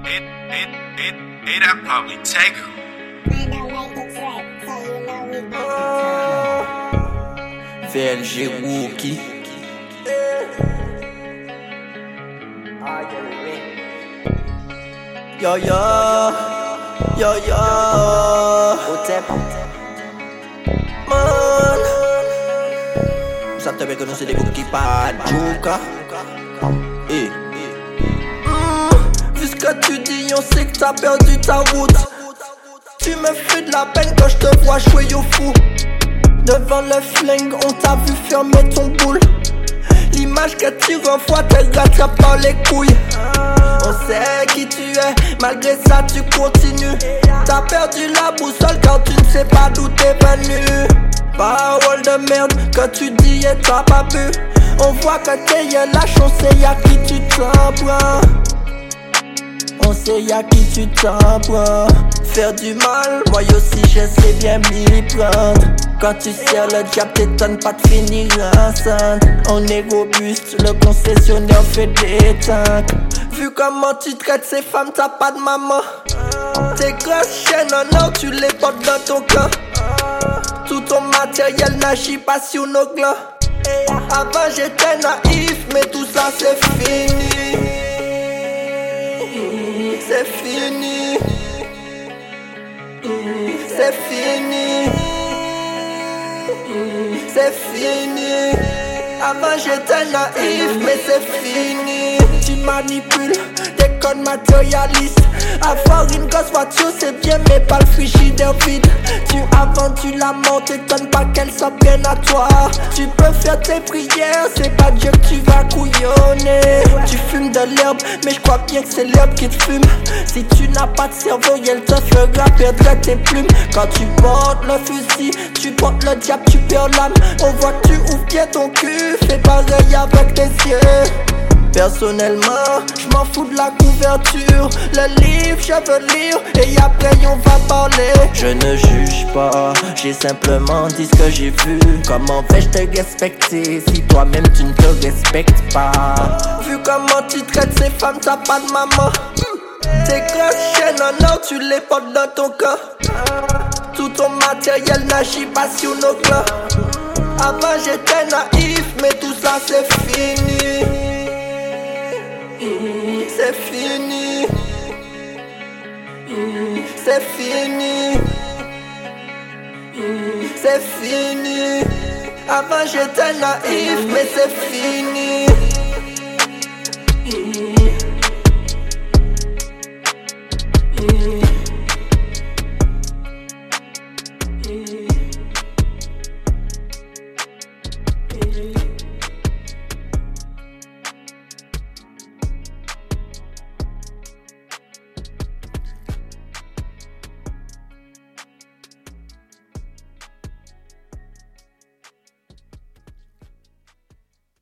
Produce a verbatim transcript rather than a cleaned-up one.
it, it, it, it, I probably take her. I don't make the track, so you know we get the V L G Wookie. Yo yo, yo yo, man. Ça te fait que nous c'est des groupes qui parlent Jouka. Eh. Mm. Vu ce que tu dis, on sait que t'as perdu ta route. Tu me fais de la peine quand je te vois jouer au fou. Devant le flingue, on t'a vu fermer ton boule. L'image que tu renvoies te rattrape par les couilles. On sait qui tu es, malgré ça tu continues. T'as perdu la boussole quand tu ne sais pas d'où t'es venu. Parole de merde que tu dis et t'as pas bu. On voit que t'es lâche, on sait y'a qui tu t'en prends. On sait y'a qui tu t'en prends. Faire du mal, moi aussi je sais bien m'y prendre. Quand tu sers le diable, t'étonnes pas de finir enceinte. On est robuste, le concessionnaire fait des tanks. Vu comment tu traites ces femmes, t'as pas de maman. Tes grosses chaînes en or, tu les portes dans ton camp. Tout ton matériel n'agit pas sur nos glands. Avant j'étais naïf, mais tout ça c'est fini. C'est fini. C'est fini. C'est fini. Avant j'étais naïf, mais c'est fini. Tu manipules des codes matérialistes. Avoir une grosse voiture c'est bien, mais pas le frigidaire vide. Tu as vendu la mort, t'étonnes pas qu'elle soit bien à toi. Tu peux faire tes prières, c'est pas Dieu que tu vas couillonner. Tu fumes de l'herbe, mais je crois bien que c'est l'herbe qui te fume. Si tu n'as pas de cerveau, elle te fera perdre tes plumes. Quand tu portes le fusil, tu portes le diable, tu perds l'âme. On voit que tu ouvres bien ton cul, fais pareil avec tes yeux. Personnellement, je m'en fous de la couverture. Le livre, je veux lire et après on va parler. Je ne juge pas, j'ai simplement dit ce que j'ai vu. Comment vais-je te respecter si toi-même tu ne te respectes pas? Vu comment tu traites ces femmes, t'as pas de maman. Tes grosses chaînes en or, tu les portes dans ton camp. Tout ton matériel n'agit pas sur nos clans. Avant j'étais naïf, mais tout ça c'est fini. C'est fini. C'est fini. C'est fini. Avant j'étais naïf, mais c'est fini. Mm-hmm.